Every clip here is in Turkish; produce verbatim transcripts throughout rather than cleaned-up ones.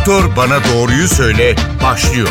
Doktor Bana Doğruyu Söyle başlıyor.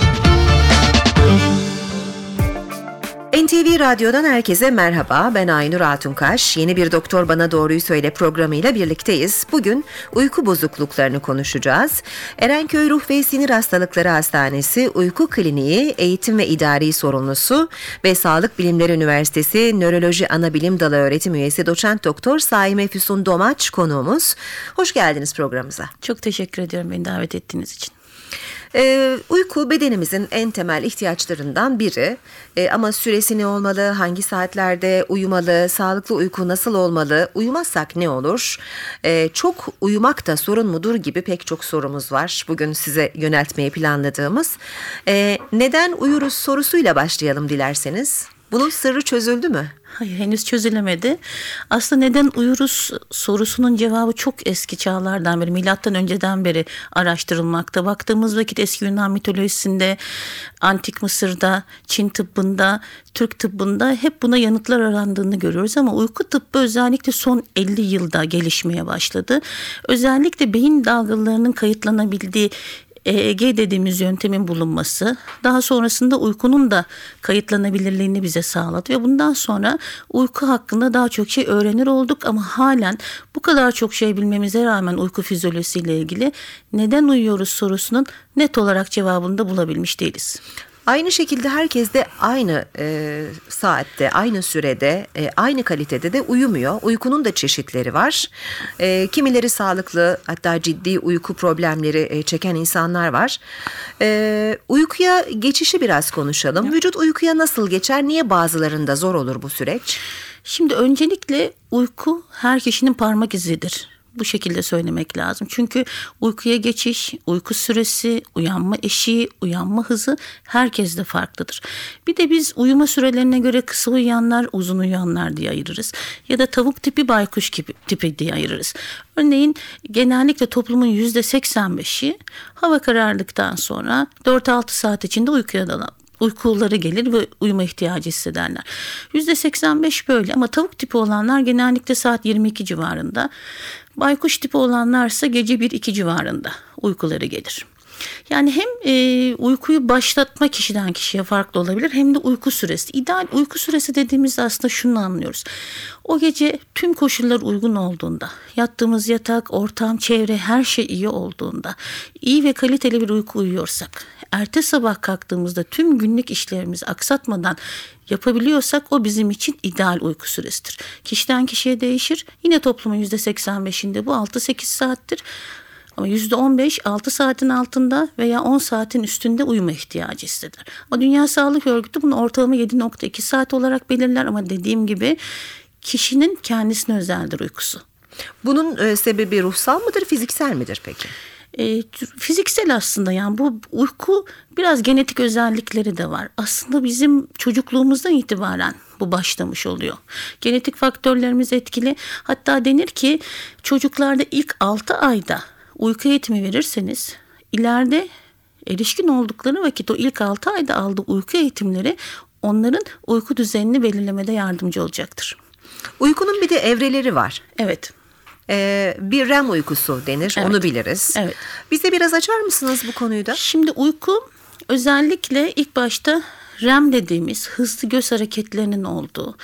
N T V Radyo'dan herkese merhaba. Ben Aynur Altunkaş. Yeni bir Doktor Bana Doğruyu Söyle programıyla birlikteyiz. Bugün uyku bozukluklarını konuşacağız. Erenköy Ruh ve Sinir Hastalıkları Hastanesi Uyku Kliniği Eğitim ve İdari Sorumlusu ve Sağlık Bilimleri Üniversitesi Nöroloji Anabilim Dalı Öğretim Üyesi Doçent Doktor Saime Füsun Domaç konuğumuz. Hoş geldiniz programımıza. Çok teşekkür ediyorum beni davet ettiğiniz için. Ee, uyku bedenimizin en temel ihtiyaçlarından biri ee, ama süresi ne olmalı, hangi saatlerde uyumalı, sağlıklı uyku nasıl olmalı, uyumazsak ne olur, ee, çok uyumak da sorun mudur gibi pek çok sorumuz var bugün size yöneltmeyi planladığımız. Ee, neden uyuruz sorusuyla başlayalım dilerseniz. Bunun sırrı çözüldü mü? Hayır, henüz çözülemedi. Aslında neden uyuruz sorusunun cevabı çok eski çağlardan beri, milattan önceden beri araştırılmakta. Baktığımız vakit eski Yunan mitolojisinde, Antik Mısır'da, Çin tıbbında, Türk tıbbında hep buna yanıtlar arandığını görüyoruz. Ama uyku tıbbı özellikle son elli yılda gelişmeye başladı. Özellikle beyin dalgalarının kayıtlanabildiği E E G dediğimiz yöntemin bulunması, daha sonrasında uykunun da kayıtlanabilirliğini bize sağladı ve bundan sonra uyku hakkında daha çok şey öğrenir olduk ama halen bu kadar çok şey bilmemize rağmen uyku fizyolojisiyle ilgili neden uyuyoruz sorusunun net olarak cevabını da bulabilmiş değiliz. Aynı şekilde herkes de aynı e, saatte, aynı sürede, e, aynı kalitede de uyumuyor. Uykunun da çeşitleri var. E, kimileri sağlıklı, hatta ciddi uyku problemleri e, çeken insanlar var. E, uykuya geçişi biraz konuşalım. Evet. Vücut uykuya nasıl geçer? Niye bazılarında zor olur bu süreç? Şimdi öncelikle uyku her kişinin parmak izidir. Bu şekilde söylemek lazım. Çünkü uykuya geçiş, uyku süresi, uyanma eşiği, uyanma hızı herkeste farklıdır. Bir de biz uyuma sürelerine göre kısa uyuyanlar, uzun uyuyanlar diye ayırırız. Ya da tavuk tipi, baykuş gibi, tipi diye ayırırız. Örneğin genellikle toplumun yüzde seksen beşi hava karardıktan sonra dört altı saat içinde uykuya dalan. Uykuları gelir ve uyuma ihtiyacı hissederler. yüzde seksen beş böyle ama tavuk tipi olanlar genellikle saat yirmi iki civarında. Baykuş tipi olanlarsa gece bir iki civarında uykuları gelir. Yani hem e, uykuyu başlatma kişiden kişiye farklı olabilir hem de uyku süresi. İdeal uyku süresi dediğimizde aslında şunu anlıyoruz. O gece tüm koşullar uygun olduğunda, yattığımız yatak, ortam, çevre her şey iyi olduğunda, iyi ve kaliteli bir uyku uyuyorsak, ertesi sabah kalktığımızda tüm günlük işlerimizi aksatmadan yapabiliyorsak o bizim için ideal uyku süresidir. Kişiden kişiye değişir. Yine toplumun yüzde seksen beşinde bu altı sekiz saattir. Ama yüzde on beş altı saatin altında veya on saatin üstünde uyuma ihtiyacı hisseder. Ama Dünya Sağlık Örgütü bunu ortalama yedi nokta iki saat olarak belirler ama dediğim gibi kişinin kendisine özeldir uykusu. Bunun e, sebebi ruhsal mıdır, fiziksel midir peki? E, fiziksel aslında, yani bu uyku biraz genetik özellikleri de var. Aslında bizim çocukluğumuzdan itibaren bu başlamış oluyor. Genetik faktörlerimiz etkili. Hatta denir ki çocuklarda ilk altı ayda uyku eğitimi verirseniz ileride erişkin oldukları vakit o ilk altı ayda aldığı uyku eğitimleri onların uyku düzenini belirlemede yardımcı olacaktır. Uykunun bir de evreleri var. Evet. Ee, bir R E M uykusu denir, evet. Onu biliriz. Evet. Bize biraz açar mısınız bu konuyu da? Şimdi uyku özellikle ilk başta R E M dediğimiz hızlı göz hareketlerinin olduğu,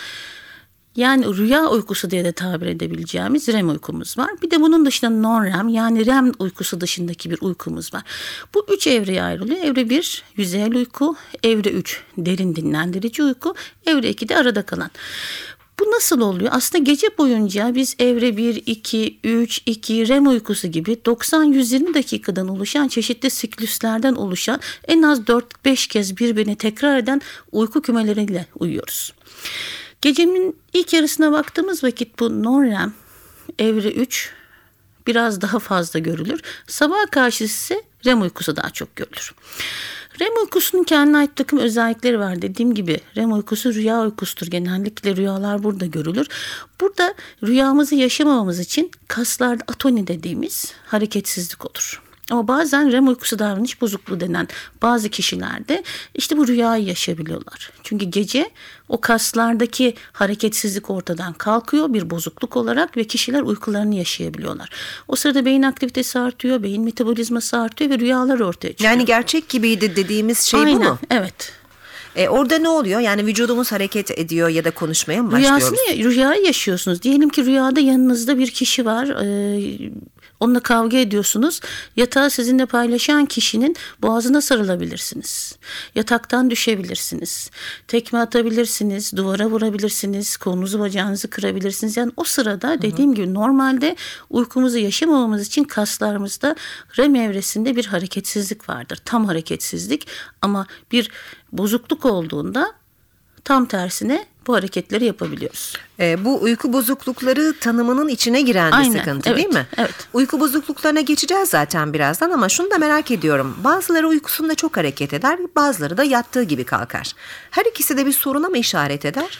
yani rüya uykusu diye de tabir edebileceğimiz R E M uykumuz var. Bir de bunun dışında non-R E M yani R E M uykusu dışındaki bir uykumuz var. Bu üç evreye ayrılıyor. Evre bir yüzeyel uyku, evre üç derin dinlendirici uyku, evre iki de arada kalan. Bu nasıl oluyor? Aslında gece boyunca biz evre bir, iki, üç, iki, R E M uykusu gibi doksan yüz yirmi dakikadan oluşan çeşitli siklüslerden oluşan en az dört beş kez birbirini tekrar eden uyku kümeleriyle uyuyoruz. Gecenin ilk yarısına baktığımız vakit bu non-R E M evre üç biraz daha fazla görülür. Sabaha karşı ise R E M uykusu daha çok görülür. R E M uykusunun kendine ait takım özellikleri var. Dediğim gibi R E M uykusu rüya uykusudur. Genellikle rüyalar burada görülür. Burada rüyamızı yaşamamamız için kaslarda atoni dediğimiz hareketsizlik olur. Ama bazen REM uykusu davranış bozukluğu denen bazı kişilerde işte bu rüyayı yaşayabiliyorlar. Çünkü gece o kaslardaki hareketsizlik ortadan kalkıyor bir bozukluk olarak ve kişiler uykularını yaşayabiliyorlar. O sırada beyin aktivitesi artıyor, beyin metabolizması artıyor ve rüyalar ortaya çıkıyor. Yani gerçek gibiydi dediğimiz şey Aynen, bu mu? Evet. E, orada ne oluyor? Yani vücudumuz hareket ediyor ya da konuşmaya mı başlıyoruz? Rüyasını, rüyayı yaşıyorsunuz. Diyelim ki rüyada yanınızda bir kişi var. Ee, onunla kavga ediyorsunuz. Yatağı sizinle paylaşan kişinin boğazına sarılabilirsiniz. Yataktan düşebilirsiniz. Tekme atabilirsiniz. Duvara vurabilirsiniz. Kolunuzu bacağınızı kırabilirsiniz. Yani o sırada dediğim gibi normalde uykumuzu yaşamamamız için kaslarımızda REM evresinde bir hareketsizlik vardır. Tam hareketsizlik ama bir bozukluk olduğunda tam tersine bu hareketleri yapabiliyoruz. E, bu uyku bozuklukları tanımının içine giren bir Aynen, sıkıntı evet, değil mi? evet. Uyku bozukluklarına geçeceğiz zaten birazdan ama şunu da merak ediyorum. Bazıları uykusunda çok hareket eder, bazıları da yattığı gibi kalkar. Her ikisi de bir soruna mı işaret eder?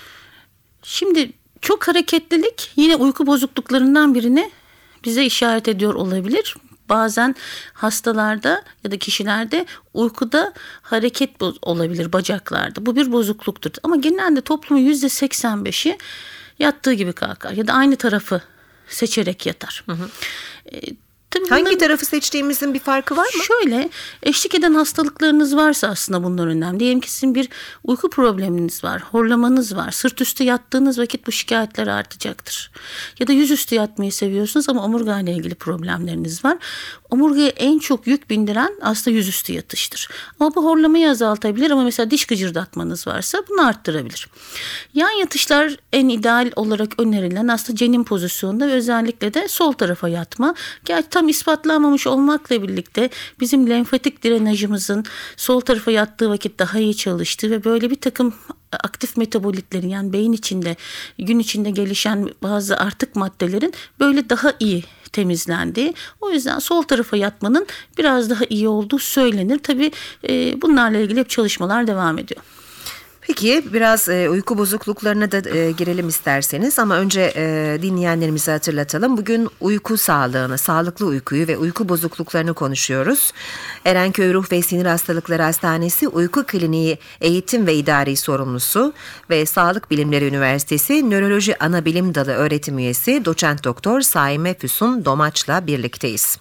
Şimdi çok hareketlilik yine uyku bozukluklarından birini bize işaret ediyor olabilir. Bazen hastalarda ya da kişilerde uykuda hareket olabilir bacaklarda. Bu bir bozukluktur. Ama genelde toplumun yüzde seksen beşi yattığı gibi kalkar ya da aynı tarafı seçerek yatar. Hı hı. E, Tabii Hangi bunların, tarafı seçtiğimizin bir farkı var mı? Şöyle, eşlik eden hastalıklarınız varsa aslında bunlar önemli. Diyelim ki sizin bir uyku probleminiz var, horlamanız var. Sırt üstü yattığınız vakit bu şikayetler artacaktır. Ya da yüzüstü yatmayı seviyorsunuz ama omurga ile ilgili problemleriniz var. Omurgaya en çok yük bindiren aslında yüzüstü yatıştır. Ama bu horlamayı azaltabilir ama mesela diş gıcırdatmanız varsa bunu arttırabilir. Yan yatışlar en ideal olarak önerilen aslında cenin pozisyonunda ve özellikle de sol tarafa yatma. Gerçi tam ispatlanmamış olmakla birlikte bizim lenfatik drenajımızın sol tarafa yattığı vakit daha iyi çalıştığı ve böyle bir takım aktif metabolitlerin yani beyin içinde gün içinde gelişen bazı artık maddelerin böyle daha iyi temizlendiği. O yüzden sol tarafa yatmanın biraz daha iyi olduğu söylenir. Tabii e, bunlarla ilgili hep çalışmalar devam ediyor. Peki biraz e, uyku bozukluklarına da e, girelim isterseniz ama önce e, dinleyenlerimize hatırlatalım. Bugün uyku sağlığını, sağlıklı uykuyu ve uyku bozukluklarını konuşuyoruz. Erenköy Ruh ve Sinir Hastalıkları Hastanesi Uyku Kliniği Eğitim ve İdari Sorumlusu ve Sağlık Bilimleri Üniversitesi Nöroloji Anabilim Dalı Öğretim Üyesi Doçent Doktor Saime Füsun Domaç'la birlikteyiz.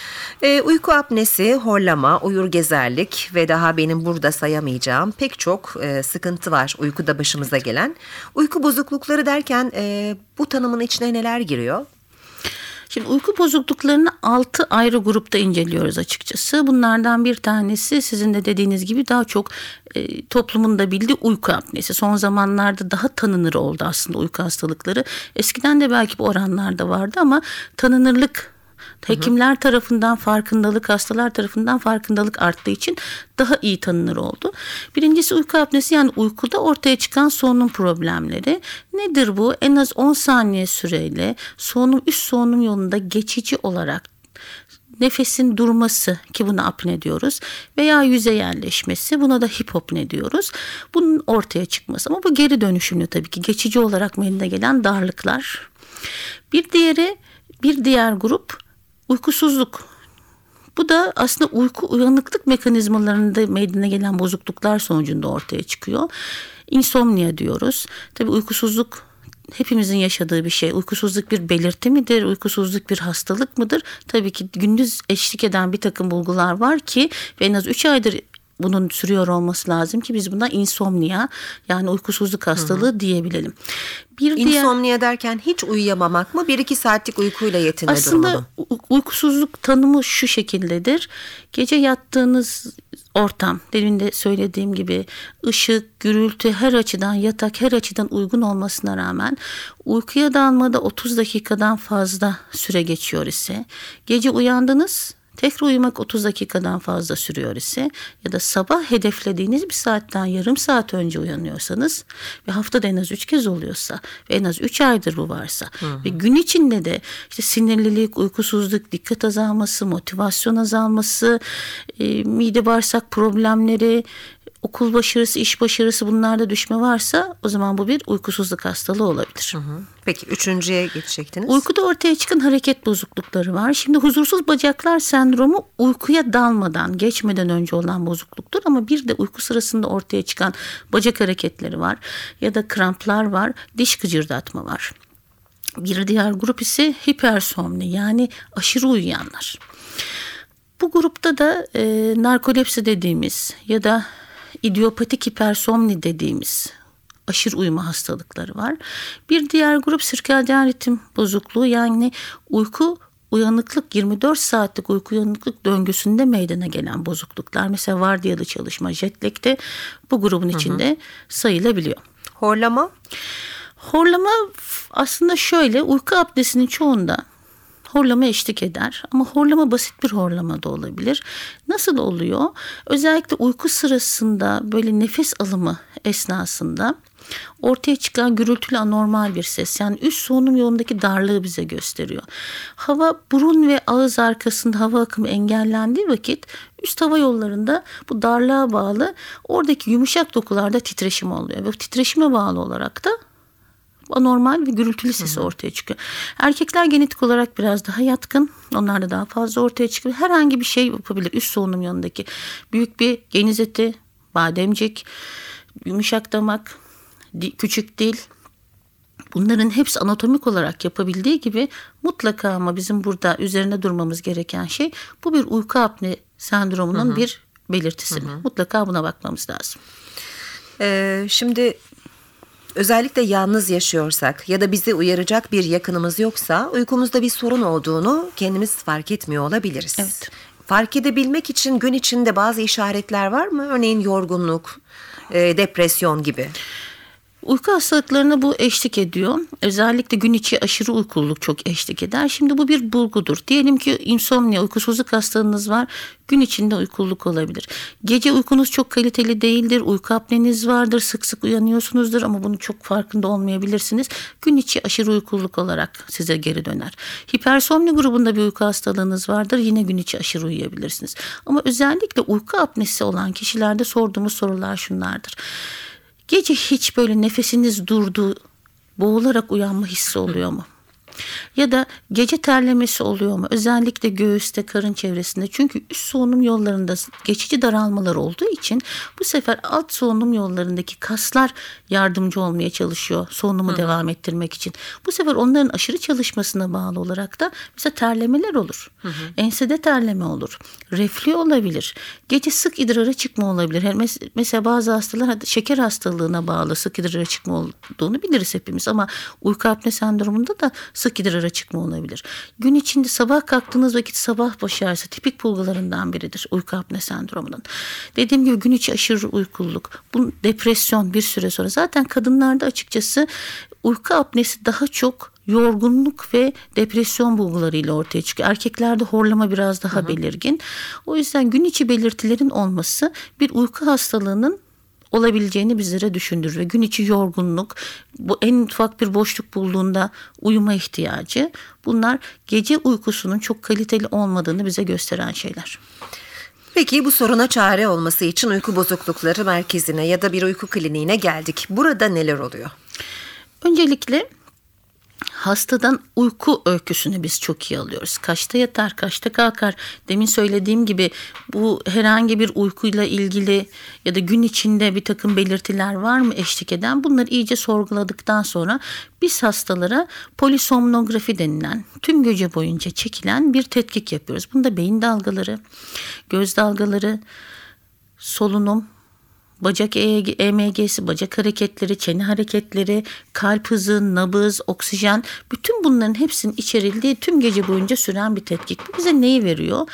E, uyku apnesi, horlama, uyur gezerlik ve daha benim burada sayamayacağım pek çok e, sıkıntı var uykuda başımıza gelen. Uyku bozuklukları derken e, bu tanımın içine neler giriyor? Şimdi uyku bozukluklarını altı ayrı grupta inceliyoruz açıkçası. Bunlardan bir tanesi sizin de dediğiniz gibi daha çok e, toplumun da bildiği uyku apnesi. Son zamanlarda daha tanınır oldu aslında uyku hastalıkları. Eskiden de belki bu oranlarda vardı ama tanınırlık hekimler tarafından farkındalık, hastalar tarafından farkındalık arttığı için daha iyi tanınır oldu. Birincisi uyku apnesi yani uykuda ortaya çıkan solunum problemleri. Nedir bu? En az on saniye süreyle solunum üst solunum yolunda geçici olarak nefesin durması ki buna apne diyoruz veya yüze yerleşmesi buna da hipopne diyoruz. Bunun ortaya çıkması ama bu geri dönüşümlü tabii ki geçici olarak meydana gelen darlıklar. Bir diğeri bir diğer grup uykusuzluk. Bu da aslında uyku uyanıklık mekanizmalarında meydana gelen bozukluklar sonucunda ortaya çıkıyor. İnsomnia diyoruz. Tabii uykusuzluk hepimizin yaşadığı bir şey. Uykusuzluk bir belirti midir? Uykusuzluk bir hastalık mıdır? Tabii ki gündüz eşlik eden bir takım bulgular var ki ve en az üç aydır bunun sürüyor olması lazım ki biz buna insomnia yani uykusuzluk hastalığı hı hı. diyebilelim. Bir insomnia diğer, derken hiç uyuyamamak mı? Bir iki saatlik uykuyla yetinme aslında durumu mu? Aslında uykusuzluk tanımı şu şekildedir. Gece yattığınız ortam, demin de söylediğim gibi ışık, gürültü her açıdan, yatak her açıdan uygun olmasına rağmen uykuya dalmada otuz dakikadan fazla süre geçiyor ise, gece uyandınız, tekrar uyumak otuz dakikadan fazla sürüyor ise ya da sabah hedeflediğiniz bir saatten yarım saat önce uyanıyorsanız ve haftada en az üç kez oluyorsa ve en az üç aydır bu varsa hı hı. ve gün içinde de işte sinirlilik, uykusuzluk, dikkat azalması, motivasyon azalması, e, mide bağırsak problemleri okul başarısı, iş başarısı, bunlarda düşme varsa o zaman bu bir uykusuzluk hastalığı olabilir. Hı hı. Peki üçüncüye geçecektiniz. Uykuda ortaya çıkan hareket bozuklukları var. Şimdi huzursuz bacaklar sendromu uykuya dalmadan, geçmeden önce olan bozukluktur. Ama bir de uyku sırasında ortaya çıkan bacak hareketleri var. Ya da kramplar var, diş gıcırdatma var. Bir diğer grup ise hipersomni, yani aşırı uyuyanlar. Bu grupta da e, narkolepsi dediğimiz ya da idiopatik hipersomni dediğimiz aşırı uyuma hastalıkları var. Bir diğer grup sirkadyen ritim bozukluğu, yani uyku uyanıklık, yirmi dört saatlik uyku uyanıklık döngüsünde meydana gelen bozukluklar. Mesela vardiyalı çalışma, jet lag de bu grubun içinde hı hı. sayılabiliyor. Horlama? Horlama aslında şöyle, uyku apnesinin çoğunda horlama eşlik eder ama horlama basit bir horlama da olabilir. Nasıl oluyor? Özellikle uyku sırasında böyle nefes alımı esnasında ortaya çıkan gürültülü anormal bir ses, yani üst solunum yolundaki darlığı bize gösteriyor. Hava, burun ve ağız arkasında hava akımı engellendiği vakit üst hava yollarında bu darlığa bağlı oradaki yumuşak dokularda titreşim oluyor. Ve titreşime bağlı olarak da anormal ve gürültülü sesi hı hı. ortaya çıkıyor. Erkekler genetik olarak biraz daha yatkın. Onlar da daha fazla ortaya çıkıyor. Herhangi bir şey yapabilir. Üst solunum yolundaki büyük bir geniz eti, bademcik, yumuşak damak, küçük dil. Bunların hepsi anatomik olarak yapabildiği gibi mutlaka ama bizim burada üzerine durmamız gereken şey, bu bir uyku apne sendromunun hı hı. bir belirtisi. Hı hı. Mutlaka buna bakmamız lazım. Ee, şimdi özellikle yalnız yaşıyorsak ya da bizi uyaracak bir yakınımız yoksa uykumuzda bir sorun olduğunu kendimiz fark etmiyor olabiliriz. Evet. Fark edebilmek için gün içinde bazı işaretler var mı? Örneğin yorgunluk, e, depresyon gibi. Uyku hastalıklarına bu eşlik ediyor. Özellikle gün içi aşırı uykululuk çok eşlik eder. Şimdi bu bir bulgudur. Diyelim ki insomnia, uykusuzluk hastalığınız var. Gün içinde uykululuk olabilir. Gece uykunuz çok kaliteli değildir. Uyku apneniz vardır. Sık sık uyanıyorsunuzdur ama bunun çok farkında olmayabilirsiniz. Gün içi aşırı uykululuk olarak size geri döner. Hipersomni grubunda bir uyku hastalığınız vardır. Yine gün içi aşırı uyuyabilirsiniz. Ama özellikle uyku apnesi olan kişilerde sorduğumuz sorular şunlardır. Gece hiç böyle nefesiniz durdu, boğularak uyanma hissi oluyor mu? Ya da gece terlemesi oluyor mu? Özellikle göğüste, karın çevresinde. Çünkü üst solunum yollarında geçici daralmalar olduğu için bu sefer alt solunum yollarındaki kaslar yardımcı olmaya çalışıyor solunumu Hı. devam ettirmek için. Bu sefer onların aşırı çalışmasına bağlı olarak da mesela terlemeler olur. Hı hı. Ensede terleme olur. Reflü olabilir. Gece sık idrara çıkma olabilir. Yani mesela bazı hastalar şeker hastalığına bağlı sık idrara çıkma olduğunu biliriz hepimiz ama uyku apne sendromunda da sık idrara çıkma olabilir. Gün içinde sabah kalktığınız vakit sabah baş ağrısı tipik bulgularından biridir uyku apne sendromunun. Dediğim gibi gün içi aşırı uykululuk, bu depresyon bir süre sonra. Zaten kadınlarda açıkçası uyku apnesi daha çok yorgunluk ve depresyon bulgularıyla ortaya çıkıyor. Erkeklerde horlama biraz daha hı hı. belirgin. O yüzden gün içi belirtilerin olması bir uyku hastalığının olabileceğini bizlere düşündürür ve gün içi yorgunluk, bu en ufak bir boşluk bulduğunda uyuma ihtiyacı, bunlar gece uykusunun çok kaliteli olmadığını bize gösteren şeyler. Peki bu soruna çare olması için uyku bozuklukları merkezine ya da bir uyku kliniğine geldik. Burada neler oluyor? Öncelikle hastadan uyku öyküsünü biz çok iyi alıyoruz. Kaçta yatar, kaçta kalkar? Demin söylediğim gibi bu herhangi bir uykuyla ilgili ya da gün içinde bir takım belirtiler var mı eşlik eden? Bunları iyice sorguladıktan sonra biz hastalara polisomnografi denilen tüm gece boyunca çekilen bir tetkik yapıyoruz. Bunda beyin dalgaları, göz dalgaları, solunum, bacak E M G'si, bacak hareketleri, çene hareketleri, kalp hızı, nabız, oksijen, bütün bunların hepsinin içerildiği tüm gece boyunca süren bir tetkik. Bu bize neyi veriyor?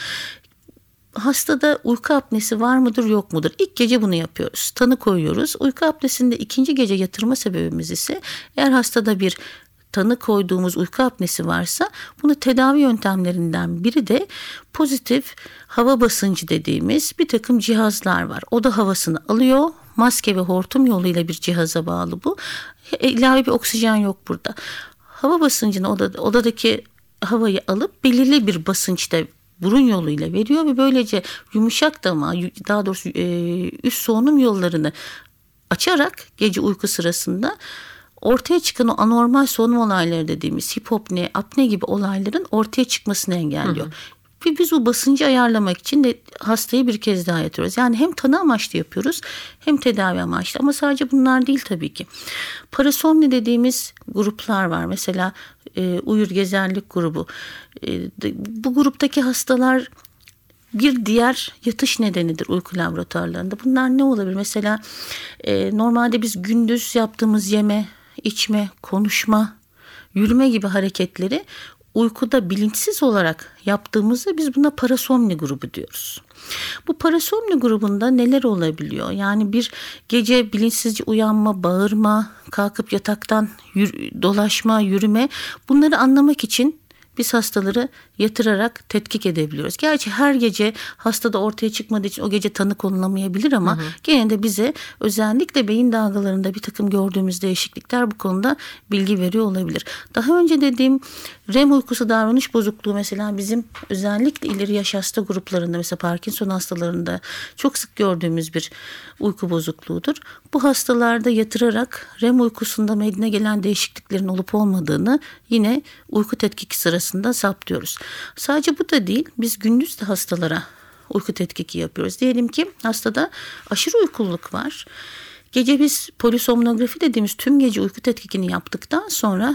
Hastada uyku apnesi var mıdır yok mudur? İlk gece bunu yapıyoruz. Tanı koyuyoruz. Uyku apnesinde ikinci gece yatırma sebebimiz ise eğer hastada bir tanı koyduğumuz uyku apnesi varsa bunu tedavi yöntemlerinden biri de pozitif hava basıncı dediğimiz bir takım cihazlar var. Oda havasını alıyor. Maske ve hortum yoluyla bir cihaza bağlı bu. İlave bir oksijen yok burada. Hava basıncını odada, odadaki havayı alıp belirli bir basınçta burun yoluyla veriyor ve böylece yumuşak damağı, daha doğrusu üst solunum yollarını açarak gece uyku sırasında ortaya çıkan o anormal solunum olayları dediğimiz hipopne, apne gibi olayların ortaya çıkmasını engelliyor. Hı hı. Ve biz bu basıncı ayarlamak için de hastayı bir kez daha yatırıyoruz. Yani hem tanı amaçlı yapıyoruz hem tedavi amaçlı. Ama sadece bunlar değil tabii ki. Parasomni dediğimiz gruplar var. Mesela e, uyur gezerlik grubu. E, bu gruptaki hastalar bir diğer yatış nedenidir uyku laboratuvarlarında. Bunlar ne olabilir? Mesela e, normalde biz gündüz yaptığımız yeme, içme, konuşma, yürüme gibi hareketleri uykuda bilinçsiz olarak yaptığımızda biz buna parasomni grubu diyoruz. Bu parasomni grubunda neler olabiliyor? Yani bir gece bilinçsizce uyanma, bağırma, kalkıp yataktan yürü, dolaşma, yürüme, bunları anlamak için biz hastaları yatırarak tetkik edebiliyoruz. Gerçi her gece hastada ortaya çıkmadığı için o gece tanı konulamayabilir ama hı hı. gene de bize özellikle beyin dalgalarında bir takım gördüğümüz değişiklikler bu konuda bilgi veriyor olabilir. Daha önce dediğim R E M uykusu davranış bozukluğu mesela bizim özellikle ileri yaş hasta gruplarında, mesela Parkinson hastalarında çok sık gördüğümüz bir uyku bozukluğudur. Bu hastalarda yatırarak R E M uykusunda meydana gelen değişikliklerin olup olmadığını yine uyku tetkiki sırasında saptıyoruz. Sadece bu da değil, biz gündüz de hastalara uyku tetkiki yapıyoruz. Diyelim ki hastada aşırı uykululuk var. Gece biz polisomnografi dediğimiz tüm gece uyku tetkikini yaptıktan sonra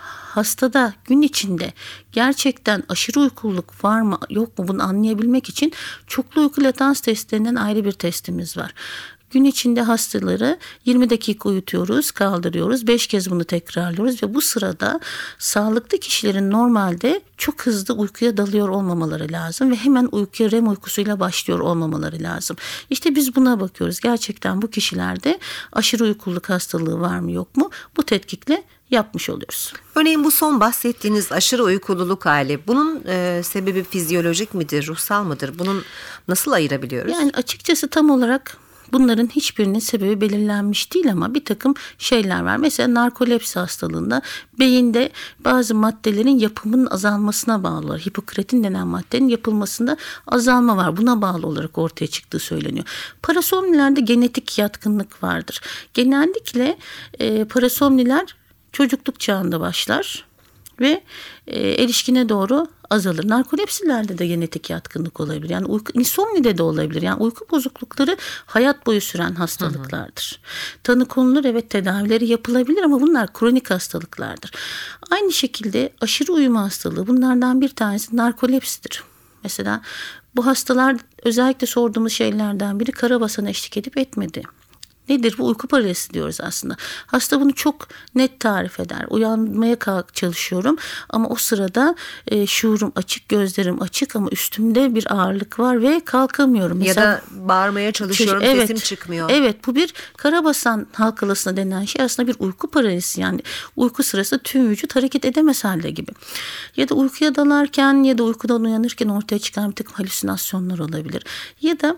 hastada gün içinde gerçekten aşırı uykululuk var mı yok mu bunu anlayabilmek için çoklu uyku latans testlerinden ayrı bir testimiz var. Gün içinde hastaları yirmi dakika uyutuyoruz, kaldırıyoruz. beş kez bunu tekrarlıyoruz ve bu sırada sağlıklı kişilerin normalde çok hızlı uykuya dalıyor olmamaları lazım ve hemen uykuya R E M uykusuyla başlıyor olmamaları lazım. İşte biz buna bakıyoruz. Gerçekten bu kişilerde aşırı uykuluk hastalığı var mı yok mu? Bu tetkikle yapmış oluyoruz. Örneğin bu son bahsettiğiniz aşırı uykululuk hali, bunun e, sebebi fizyolojik midir, ruhsal mıdır? Bunun nasıl ayırabiliyoruz? Yani açıkçası tam olarak bunların hiçbirinin sebebi belirlenmiş değil ama bir takım şeyler var. Mesela narkolepsi hastalığında beyinde bazı maddelerin yapımının azalmasına bağlı olarak, hipokretin denen maddenin yapılmasında azalma var. Buna bağlı olarak ortaya çıktığı söyleniyor. Parasomnilerde genetik yatkınlık vardır. Genellikle e, parasomniler çocukluk çağında başlar ve e, erişkine doğru azalır. Narkolepsilerde de genetik yatkınlık olabilir. Yani uyku, insomnide de olabilir. Yani uyku bozuklukları hayat boyu süren hastalıklardır. Hı hı. Tanı konulur, evet, tedavileri yapılabilir ama bunlar kronik hastalıklardır. Aynı şekilde aşırı uyuma hastalığı bunlardan bir tanesi narkolepsidir. Mesela bu hastalar özellikle sorduğumuz şeylerden biri karabasan eşlik edip etmedi. Nedir bu? Uyku paralisi diyoruz aslında. Hasta bunu çok net tarif eder. Uyanmaya kalk çalışıyorum ama o sırada e, şuurum açık, gözlerim açık ama üstümde bir ağırlık var ve kalkamıyorum. Mesela, ya da bağırmaya çalışıyorum, evet, sesim çıkmıyor. Evet, bu bir karabasan halkalasına denen şey aslında bir uyku paralisi. Yani uyku sırasında tüm vücut hareket edemez halde gibi. Ya da uykuya dalarken ya da uykudan uyanırken ortaya çıkan bir takım halüsinasyonlar olabilir. Ya da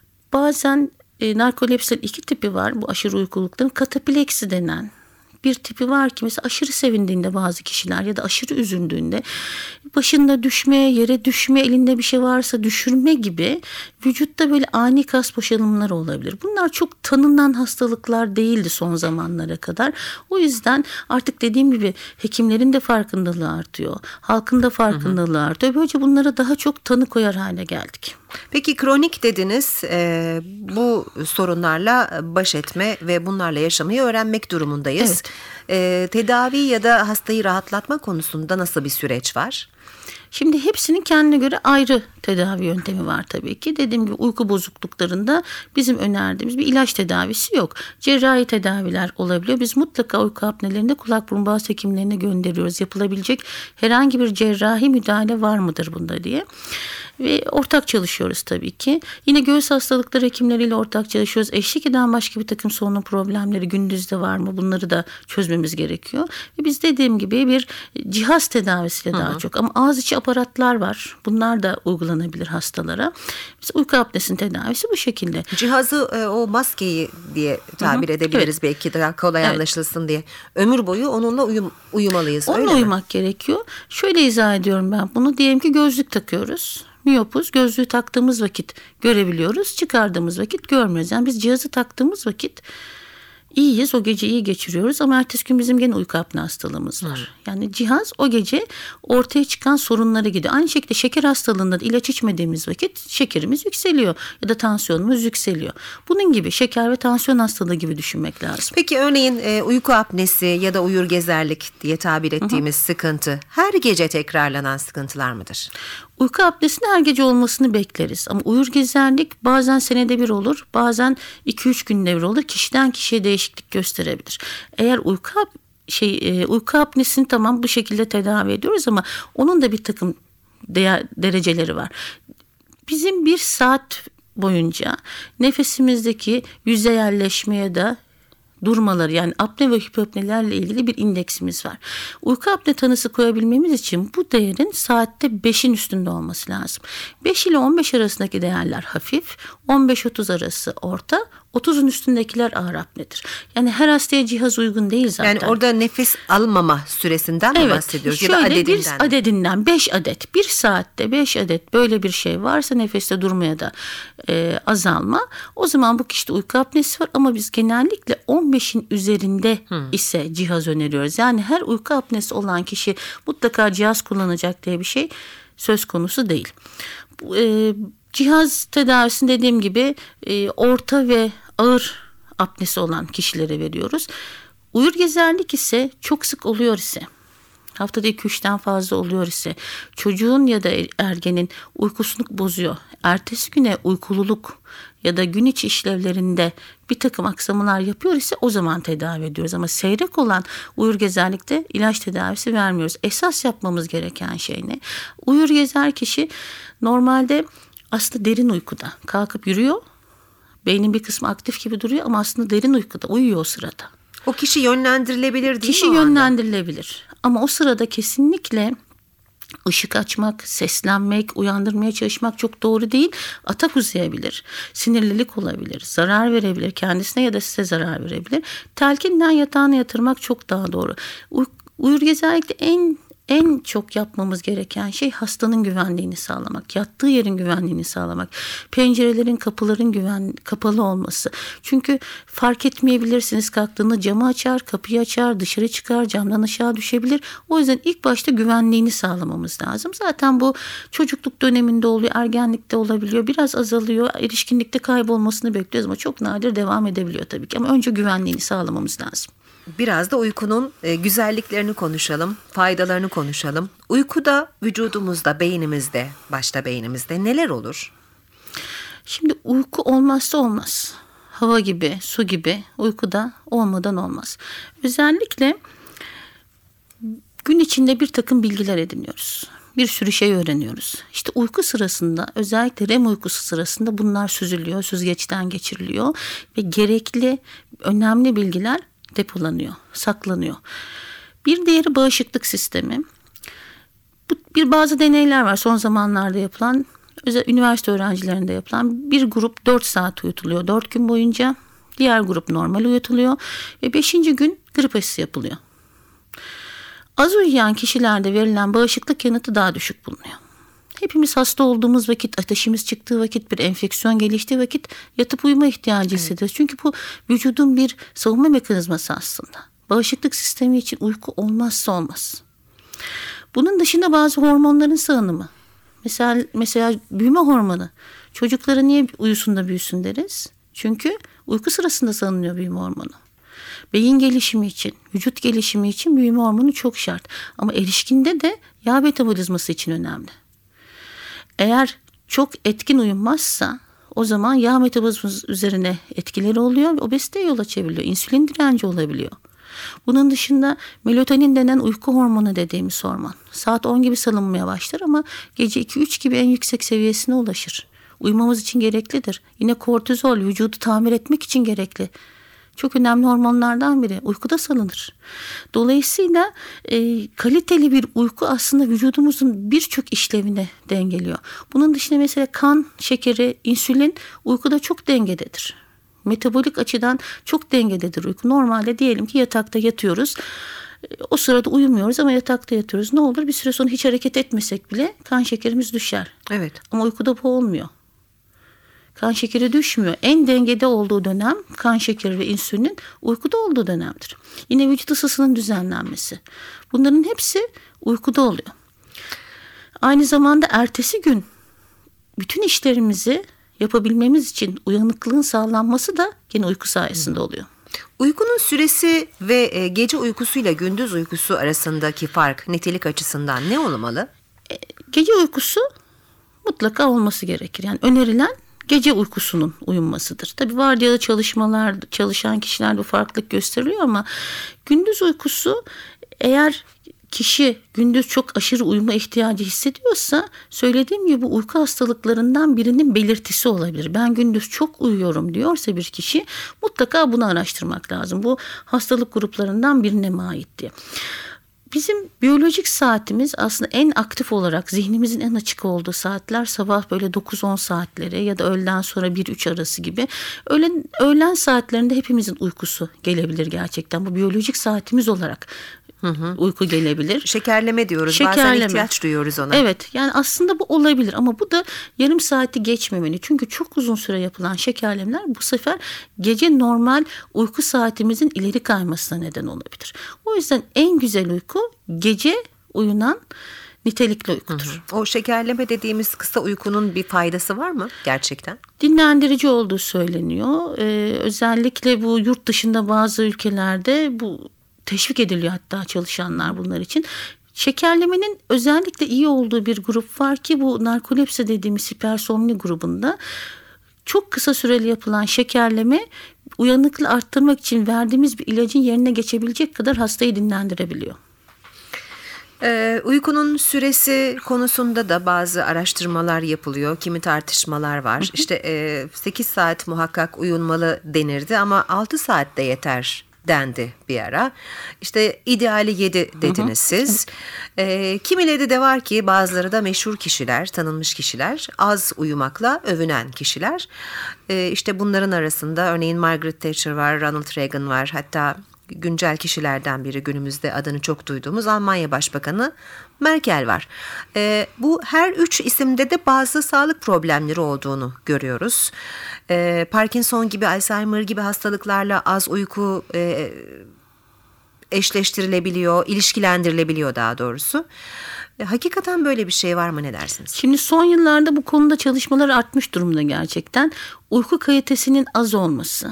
bazen E, narkolepsinin iki tipi var, bu aşırı uykulukların. Katapileksi denen bir tipi var ki mesela aşırı sevindiğinde bazı kişiler ya da aşırı üzüldüğünde başında düşme, yere düşme, elinde bir şey varsa düşürme gibi vücutta böyle ani kas boşalımları olabilir. Bunlar çok tanınan hastalıklar değildi son zamanlara kadar. O yüzden artık dediğim gibi hekimlerin de farkındalığı artıyor. Halkın da farkındalığı artıyor. Böylece bunlara daha çok tanı koyar hale geldik. Peki kronik dediniz, e, bu sorunlarla baş etme ve bunlarla yaşamayı öğrenmek durumundayız. Evet. E, tedavi ya da hastayı rahatlatma konusunda nasıl bir süreç var? Şimdi hepsinin kendine göre ayrı tedavi yöntemi var tabii ki. Dediğim gibi uyku bozukluklarında bizim önerdiğimiz bir ilaç tedavisi yok. Cerrahi tedaviler olabiliyor. Biz mutlaka uyku apnelerinde kulak burun boğaz hekimlerine gönderiyoruz. Yapılabilecek herhangi bir cerrahi müdahale var mıdır bunda diye. Ve ortak çalışıyoruz tabii ki. Yine göğüs hastalıkları hekimleriyle ortak çalışıyoruz. Eşlik eden başka bir takım solunum problemleri gündüzde var mı? Bunları da çözmemiz gerekiyor. Ve biz dediğim gibi bir cihaz tedavisiyle daha Hı-hı. çok. Ama ağız içi aparatlar var. Bunlar da uygulanabilir hastalara. Biz uyku apnesinin tedavisi bu şekilde. Cihazı e, o maskeyi diye tabir Hı-hı. edebiliriz evet. belki daha kolay evet. anlaşılsın diye. Ömür boyu onunla uyum, uyumalıyız. Onunla öyle uyumak mi? gerekiyor. Şöyle izah ediyorum ben bunu. Diyelim ki gözlük takıyoruz. miyopuz. Gözlüğü taktığımız vakit görebiliyoruz, çıkardığımız vakit görmüyoruz. Yani biz cihazı taktığımız vakit İyiyiz, o gece iyi geçiriyoruz ama ertesi gün bizim gene uyku apne hastalığımız var. Hmm. Yani cihaz o gece ortaya çıkan sorunlara gidiyor. Aynı şekilde şeker hastalığında da ilaç içmediğimiz vakit şekerimiz yükseliyor ya da tansiyonumuz yükseliyor. Bunun gibi şeker ve tansiyon hastalığı gibi düşünmek lazım. Peki örneğin e, uyku apnesi ya da uyur gezerlik diye tabir ettiğimiz Hı-hı. sıkıntı her gece tekrarlanan sıkıntılar mıdır? Uyku apnesinin her gece olmasını bekleriz ama uyur gezerlik bazen senede bir olur, bazen iki üç günde bir olur. Kişiden kişiye değişiklik gösterebilir. Eğer uyku ap şey e, uyku apnesini tamam bu şekilde tedavi ediyoruz ama onun da bir takım değer, dereceleri var. Bizim bir saat boyunca nefesimizdeki yüzeyelleşme ya da durmaları, yani apne ve hipopnelerle ilgili bir indeksimiz var. Uyku apne tanısı koyabilmemiz için bu değerin saatte beşin üstünde olması lazım. beş ile on beş arasındaki değerler hafif, on beş otuz arası orta, otuzun üstündekiler ağır apnedir. Yani her hastaya cihaz uygun değil zaten. Yani orada nefes almama süresinden mi evet, bahsediyoruz? Şöyle ya da adedinden bir adedinden beş adet, bir saatte beş adet böyle bir şey varsa nefeste durmaya da e, azalma. O zaman bu kişide uyku apnesi var ama biz genellikle on beşin üzerinde hmm. ise cihaz öneriyoruz. Yani her uyku apnesi olan kişi mutlaka cihaz kullanacak diye bir şey söz konusu değil. Bu, e, cihaz tedavisini dediğim gibi e, orta ve ağır apnesi olan kişilere veriyoruz. Uyur gezerlik ise çok sık oluyor ise, haftada iki üçten fazla oluyor ise, çocuğun ya da ergenin uykusunu bozuyor, ertesi güne uykululuk ya da gün içi işlevlerinde bir takım aksamalar yapıyor ise o zaman tedavi ediyoruz. Ama seyrek olan uyur gezerlikte ilaç tedavisi vermiyoruz. Esas yapmamız gereken şey ne? Uyur gezer kişi normalde aslında derin uykuda kalkıp yürüyor. Beynin bir kısmı aktif gibi duruyor ama aslında derin uykuda uyuyor o sırada. O kişi yönlendirilebilir değil kişi mi? Kişi yönlendirilebilir ama o sırada kesinlikle ışık açmak, seslenmek, uyandırmaya çalışmak çok doğru değil. Atak uzayabilir, sinirlilik olabilir, zarar verebilir, kendisine ya da size zarar verebilir. Telkinden yatağına yatırmak çok daha doğru. Uy- uyur gezerlikte en En çok yapmamız gereken şey hastanın güvenliğini sağlamak, yattığı yerin güvenliğini sağlamak, pencerelerin, kapıların güven kapalı olması. Çünkü fark etmeyebilirsiniz, kalktığında camı açar, kapıyı açar, dışarı çıkar, camdan aşağı düşebilir. O yüzden ilk başta güvenliğini sağlamamız lazım. Zaten bu çocukluk döneminde oluyor, ergenlikte olabiliyor, biraz azalıyor, erişkinlikte kaybolmasını bekliyoruz ama çok nadir devam edebiliyor tabii ki. Ama önce güvenliğini sağlamamız lazım. Biraz da uykunun e, güzelliklerini konuşalım, faydalarını konuşalım. Uykuda vücudumuzda, beynimizde, başta beynimizde neler olur? Şimdi uyku olmazsa olmaz. Hava gibi, su gibi uykuda olmadan olmaz. Özellikle gün içinde bir takım bilgiler ediniyoruz. Bir sürü şey öğreniyoruz. İşte uyku sırasında, özellikle R E M uykusu sırasında bunlar süzülüyor, süzgeçten geçiriliyor ve gerekli, önemli bilgiler depolanıyor, saklanıyor. Bir diğeri bağışıklık sistemi. Bu, bir bazı deneyler var son zamanlarda yapılan, özel üniversite öğrencilerinde yapılan. Bir grup dört saat uyutuluyor dört gün boyunca. Diğer grup normal uyutuluyor ve beşinci gün grip aşısı yapılıyor. Az uyuyan kişilerde verilen bağışıklık yanıtı daha düşük bulunuyor. Hepimiz hasta olduğumuz vakit, ateşimiz çıktığı vakit, bir enfeksiyon geliştiği vakit yatıp uyuma ihtiyacı evet. hissediyoruz. Çünkü bu vücudun bir savunma mekanizması aslında. Bağışıklık sistemi için uyku olmazsa olmaz. Bunun dışında bazı hormonların salınımı. Mesela, mesela büyüme hormonu. Çocuklara niye uyusun da büyüsün deriz? Çünkü uyku sırasında salınıyor büyüme hormonu. Beyin gelişimi için, vücut gelişimi için büyüme hormonu çok şart. Ama erişkinde de yağ metabolizması için önemli. Eğer çok etkin uyunmazsa o zaman yağ metabolizması üzerine etkileri oluyor ve obeziteye yol açabiliyor. İnsülin direnci olabiliyor. Bunun dışında melatonin denen uyku hormonu dediğimiz hormon. Saat on gibi salınmaya başlar ama gece iki üç gibi en yüksek seviyesine ulaşır. Uyumamız için gereklidir. Yine kortizol vücudu tamir etmek için gerekli. Çok önemli hormonlardan biri. Uykuda salınır. Dolayısıyla e, kaliteli bir uyku aslında vücudumuzun birçok işlevini dengeliyor. Bunun dışında mesela kan şekeri, insülin uykuda çok dengededir. Metabolik açıdan çok dengededir uyku. Normalde diyelim ki yatakta yatıyoruz. O sırada uyumuyoruz ama yatakta yatıyoruz. Ne olur, bir süre sonra hiç hareket etmesek bile kan şekerimiz düşer. Evet. Ama uykuda bu olmuyor. Kan şekeri düşmüyor. En dengede olduğu dönem kan şekeri ve insülinin uykuda olduğu dönemdir. Yine vücut ısısının düzenlenmesi. Bunların hepsi uykuda oluyor. Aynı zamanda ertesi gün bütün işlerimizi yapabilmemiz için uyanıklığın sağlanması da yine uyku sayesinde oluyor. Uykunun süresi ve gece uykusuyla gündüz uykusu arasındaki fark nitelik açısından ne olmalı? Gece uykusu mutlaka olması gerekir. Yani önerilen gece uykusunun uyunmasıdır. Tabii vardiyalı çalışmalar, çalışan kişilerde farklılık gösteriliyor ama gündüz uykusu, eğer kişi gündüz çok aşırı uyuma ihtiyacı hissediyorsa, söylediğim gibi uyku hastalıklarından birinin belirtisi olabilir. Ben gündüz çok uyuyorum diyorsa bir kişi, mutlaka bunu araştırmak lazım. Bu hastalık gruplarından birine mi ait diye. Bizim biyolojik saatimiz aslında en aktif olarak zihnimizin en açık olduğu saatler sabah böyle dokuz on saatleri ya da öğleden sonra bir üç arası gibi. Öğlen, öğlen saatlerinde hepimizin uykusu gelebilir gerçekten. Bu biyolojik saatimiz olarak Hı hı. uyku gelebilir. Şekerleme diyoruz. Şekerleme. Bazen ihtiyaç duyuyoruz ona. Evet, yani aslında bu olabilir ama bu da yarım saati geçmemeli. Çünkü çok uzun süre yapılan şekerlemeler bu sefer gece normal uyku saatimizin ileri kaymasına neden olabilir. O yüzden en güzel uyku gece uyunan nitelikli uykudur. Hı hı. O şekerleme dediğimiz kısa uykunun bir faydası var mı gerçekten? Dinlendirici olduğu söyleniyor. Ee, özellikle bu yurt dışında bazı ülkelerde bu teşvik ediliyor, hatta çalışanlar bunlar için. Şekerlemenin özellikle iyi olduğu bir grup var ki bu narkolepsi dediğimiz hipersomni grubunda çok kısa süreli yapılan şekerleme uyanıklığı arttırmak için verdiğimiz bir ilacın yerine geçebilecek kadar hastayı dinlendirebiliyor. Ee, uykunun süresi konusunda da bazı araştırmalar yapılıyor. Kimi tartışmalar var. Hı hı. İşte e, sekiz saat muhakkak uyunmalı denirdi ama altı saat de yeter dendi bir ara. İşte ideali yedi dediniz siz. E, kimileri de var ki, bazıları da meşhur kişiler, tanınmış kişiler, az uyumakla övünen kişiler. E, işte bunların arasında örneğin Margaret Thatcher var, Ronald Reagan var. Hatta güncel kişilerden biri, günümüzde adını çok duyduğumuz Almanya Başbakanı Merkel var. E, bu her üç isimde de bazı sağlık problemleri olduğunu görüyoruz. E, Parkinson gibi, Alzheimer gibi hastalıklarla az uyku e, eşleştirilebiliyor, ilişkilendirilebiliyor daha doğrusu. E, hakikaten böyle bir şey var mı, ne dersiniz? Şimdi son yıllarda bu konuda çalışmalar artmış durumda gerçekten. Uyku kalitesinin az olması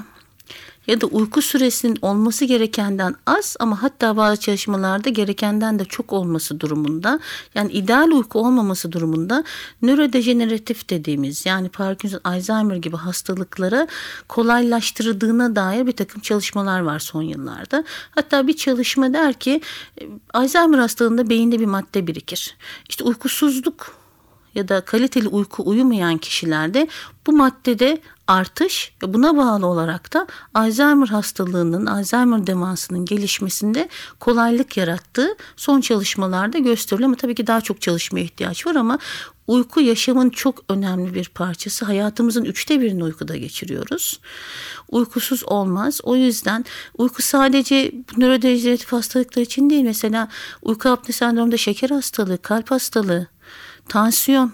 ya da uyku süresinin olması gerekenden az ama hatta bazı çalışmalarda gerekenden de çok olması durumunda, yani ideal uyku olmaması durumunda nörodejeneratif dediğimiz, yani Parkinson, Alzheimer gibi hastalıklara kolaylaştırdığına dair bir takım çalışmalar var son yıllarda. Hatta bir çalışma der ki Alzheimer hastalığında beyinde bir madde birikir. İşte uykusuzluk ya da kaliteli uyku uyumayan kişilerde bu maddede artış ve buna bağlı olarak da Alzheimer hastalığının, Alzheimer demansının gelişmesinde kolaylık yarattığı son çalışmalarda gösteriliyor. Ama tabii ki daha çok çalışmaya ihtiyaç var ama uyku yaşamın çok önemli bir parçası. Hayatımızın üçte birini uykuda geçiriyoruz. Uykusuz olmaz. O yüzden uyku sadece nörodejeneratif hastalıklar için değil. Mesela uyku apne sendromunda şeker hastalığı, kalp hastalığı, tansiyon,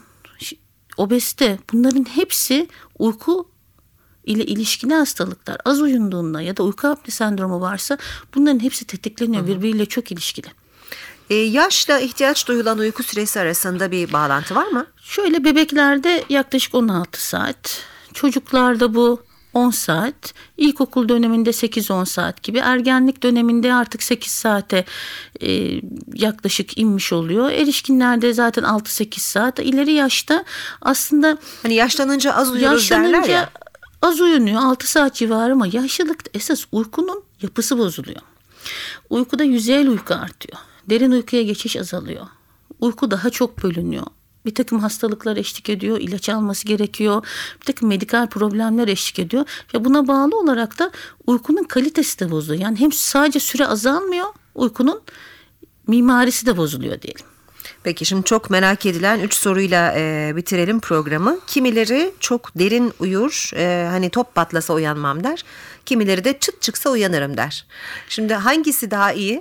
obezite, bunların hepsi uyku ile ilişkili hastalıklar. Az uyunduğunda ya da uyku apne sendromu varsa bunların hepsi tetikleniyor. Hı hı. Birbiriyle çok ilişkili. Ee, yaşla ihtiyaç duyulan uyku süresi arasında bir bağlantı var mı? Şöyle, bebeklerde yaklaşık on altı saat, çocuklarda bu on saat, ilkokul döneminde sekiz on saat gibi, ergenlik döneminde artık sekiz saate e, yaklaşık inmiş oluyor. Erişkinlerde zaten altı sekiz saat. İleri yaşta aslında hani yaşlanınca az uyuruz derler ya. Az uyunuyor, altı saat civarı, ama yaşlılıkta esas uykunun yapısı bozuluyor. Uykuda yüzeyel uyku artıyor. Derin uykuya geçiş azalıyor. Uyku daha çok bölünüyor. Bir takım hastalıklar eşlik ediyor, ilaç alması gerekiyor, bir takım medikal problemler eşlik ediyor ve buna bağlı olarak da uykunun kalitesi de bozuluyor. Yani hem sadece süre azalmıyor, uykunun mimarisi de bozuluyor diyelim. Peki, şimdi çok merak edilen üç soruyla e, bitirelim programı. Kimileri çok derin uyur, e, hani top patlasa uyanmam der. Kimileri de çıt çıksa uyanırım der. Şimdi hangisi daha iyi?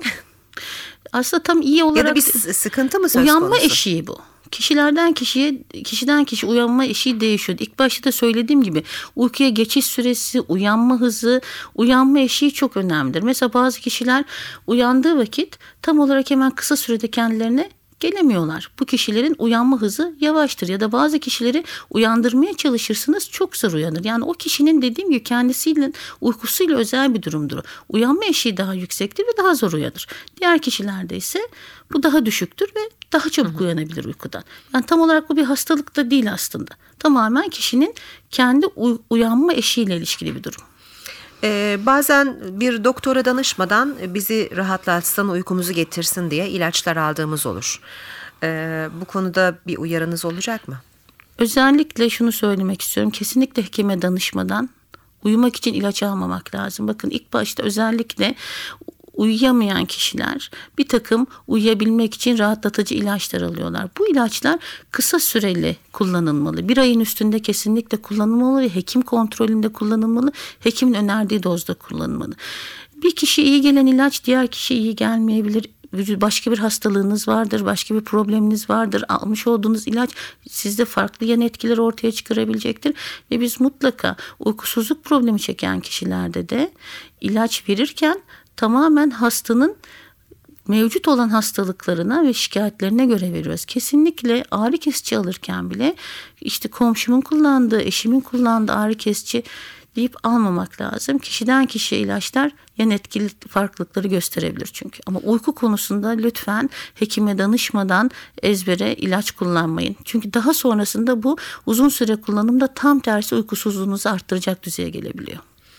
Aslında tam iyi olarak... Ya da bir sıkıntı mı söz uyanma konusu? eşiği bu. Kişilerden kişiye, kişiden kişi uyanma eşiği değişiyor. İlk başta da söylediğim gibi uykuya geçiş süresi, uyanma hızı, uyanma eşiği çok önemlidir. Mesela bazı kişiler uyandığı vakit tam olarak hemen kısa sürede kendilerine gelemiyorlar. Bu kişilerin uyanma hızı yavaştır ya da bazı kişileri uyandırmaya çalışırsınız çok zor uyanır. Yani o kişinin dediğim gibi kendisiyle uykusuyla özel bir durumdur. Uyanma eşiği daha yüksektir ve daha zor uyanır. Diğer kişilerde ise bu daha düşüktür ve daha çabuk Hı-hı. uyanabilir uykudan. Yani tam olarak bu bir hastalık da değil aslında. Tamamen kişinin kendi uy- uyanma eşiğiyle ilişkili bir durum. Ee, bazen bir doktora danışmadan bizi rahatlatsın, uykumuzu getirsin diye ilaçlar aldığımız olur. Ee, bu konuda bir uyarınız olacak mı? Özellikle şunu söylemek istiyorum. Kesinlikle hekime danışmadan uyumak için ilaç almamak lazım. Bakın ilk başta özellikle uyuyamayan kişiler bir takım uyuyabilmek için rahatlatıcı ilaçlar alıyorlar. Bu ilaçlar kısa süreli kullanılmalı. Bir ayın üstünde kesinlikle kullanılmalı ve hekim kontrolünde kullanılmalı. Hekimin önerdiği dozda kullanılmalı. Bir kişiye iyi gelen ilaç diğer kişiye iyi gelmeyebilir. Başka bir hastalığınız vardır, başka bir probleminiz vardır. Almış olduğunuz ilaç sizde farklı yan etkileri ortaya çıkarabilecektir. Ve biz mutlaka uykusuzluk problemi çeken kişilerde de ilaç verirken tamamen hastanın mevcut olan hastalıklarına ve şikayetlerine göre veriyoruz. Kesinlikle ağrı kesici alırken bile işte komşumun kullandığı, eşimin kullandığı ağrı kesici deyip almamak lazım. Kişiden kişiye ilaçlar yan etkili farklılıkları gösterebilir çünkü. Ama uyku konusunda lütfen hekime danışmadan ezbere ilaç kullanmayın. Çünkü daha sonrasında bu uzun süre kullanımda tam tersi uykusuzluğunuzu arttıracak düzeye gelebiliyor.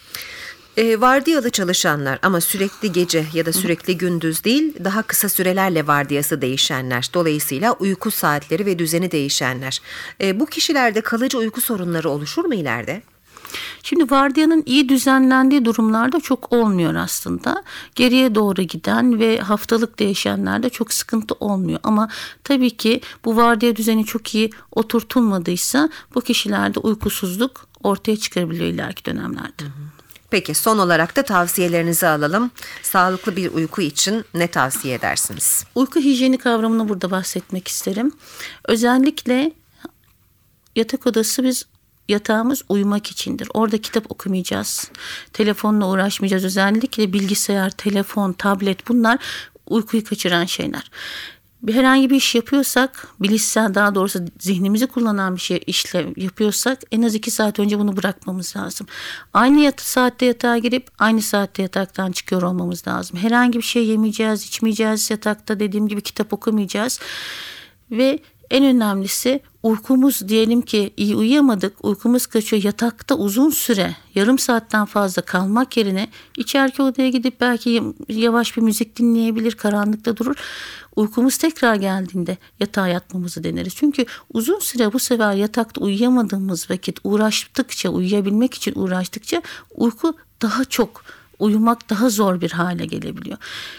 E, vardiyalı çalışanlar ama sürekli gece ya da sürekli gündüz değil, daha kısa sürelerle vardiyası değişenler, dolayısıyla uyku saatleri ve düzeni değişenler. E, bu kişilerde kalıcı uyku sorunları oluşur mu ileride? Şimdi vardiyanın iyi düzenlendiği durumlarda çok olmuyor aslında. Geriye doğru giden ve haftalık değişenlerde çok sıkıntı olmuyor. Ama tabii ki bu vardiya düzeni çok iyi oturtulmadıysa bu kişilerde uykusuzluk ortaya çıkarabiliyor ileriki dönemlerde. Hı hı. Peki son olarak da tavsiyelerinizi alalım. Sağlıklı bir uyku için ne tavsiye edersiniz? Uyku hijyeni kavramını burada bahsetmek isterim. Özellikle yatak odası biz yatağımız uyumak içindir. Orada kitap okumayacağız. Telefonla uğraşmayacağız. Özellikle bilgisayar, telefon, tablet bunlar uykuyu kaçıran şeyler. Bir herhangi bir iş yapıyorsak, bilişsel daha doğrusu zihnimizi kullanan bir şey işlem yapıyorsak en az iki saat önce bunu bırakmamız lazım. Aynı yat- saatte yatağa girip aynı saatte yataktan çıkıyor olmamız lazım. Herhangi bir şey yemeyeceğiz, içmeyeceğiz yatakta, dediğim gibi kitap okumayacağız. Ve en önemlisi uykumuz, diyelim ki iyi uyuyamadık, uykumuz kaçıyor, yatakta uzun süre yarım saatten fazla kalmak yerine içeriki odaya gidip belki yavaş bir müzik dinleyebilir, karanlıkta durur. Uykumuz tekrar geldiğinde yatağa yatmamızı deneriz. Çünkü uzun süre bu sefer yatakta uyuyamadığımız vakit uğraştıkça, uyuyabilmek için uğraştıkça uyku daha çok, uyumak daha zor bir hale gelebiliyor.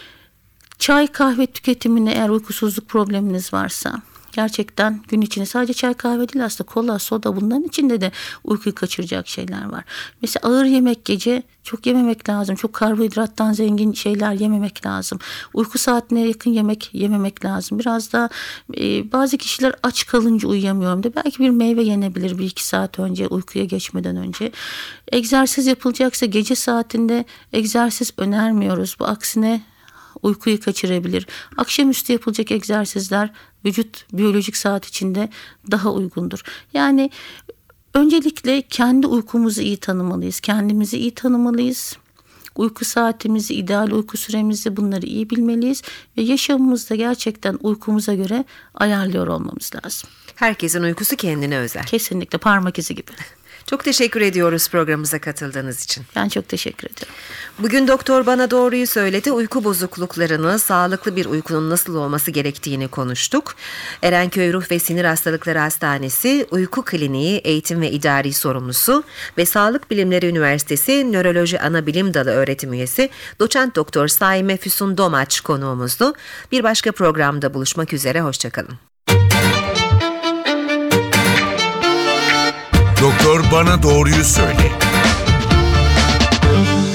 Çay, kahve tüketimine eğer uykusuzluk probleminiz varsa gerçekten gün içinde sadece çay kahve değil aslında kola, soda, bunların içinde de uykuyu kaçıracak şeyler var. Mesela ağır yemek gece çok yememek lazım. Çok karbonhidrattan zengin şeyler yememek lazım. Uyku saatine yakın yemek yememek lazım. Biraz da e, bazı kişiler aç kalınca uyuyamıyorum da belki bir meyve yenebilir bir iki saat önce, uykuya geçmeden önce. Egzersiz yapılacaksa gece saatinde egzersiz önermiyoruz. Bu aksine uykuyu kaçırabilir. Akşamüstü yapılacak egzersizler vücut biyolojik saat içinde daha uygundur. Yani öncelikle kendi uykumuzu iyi tanımalıyız. Kendimizi iyi tanımalıyız. Uyku saatimizi, ideal uyku süremizi, bunları iyi bilmeliyiz. Ve yaşamımızda gerçekten uykumuza göre ayarlıyor olmamız lazım. Herkesin uykusu kendine özel. Kesinlikle, parmak izi gibi. Çok teşekkür ediyoruz programımıza katıldığınız için. Ben çok teşekkür ederim. Bugün doktor bana doğruyu söyledi. Uyku bozukluklarını, sağlıklı bir uykunun nasıl olması gerektiğini konuştuk. Erenköy Ruh ve Sinir Hastalıkları Hastanesi Uyku Kliniği Eğitim ve İdari Sorumlusu ve Sağlık Bilimleri Üniversitesi Nöroloji Anabilim Dalı öğretim üyesi Doçent Doktor Saime Füsun Domaç konuğumuzdu. Bir başka programda buluşmak üzere, hoşçakalın. Doktor bana doğruyu söyle.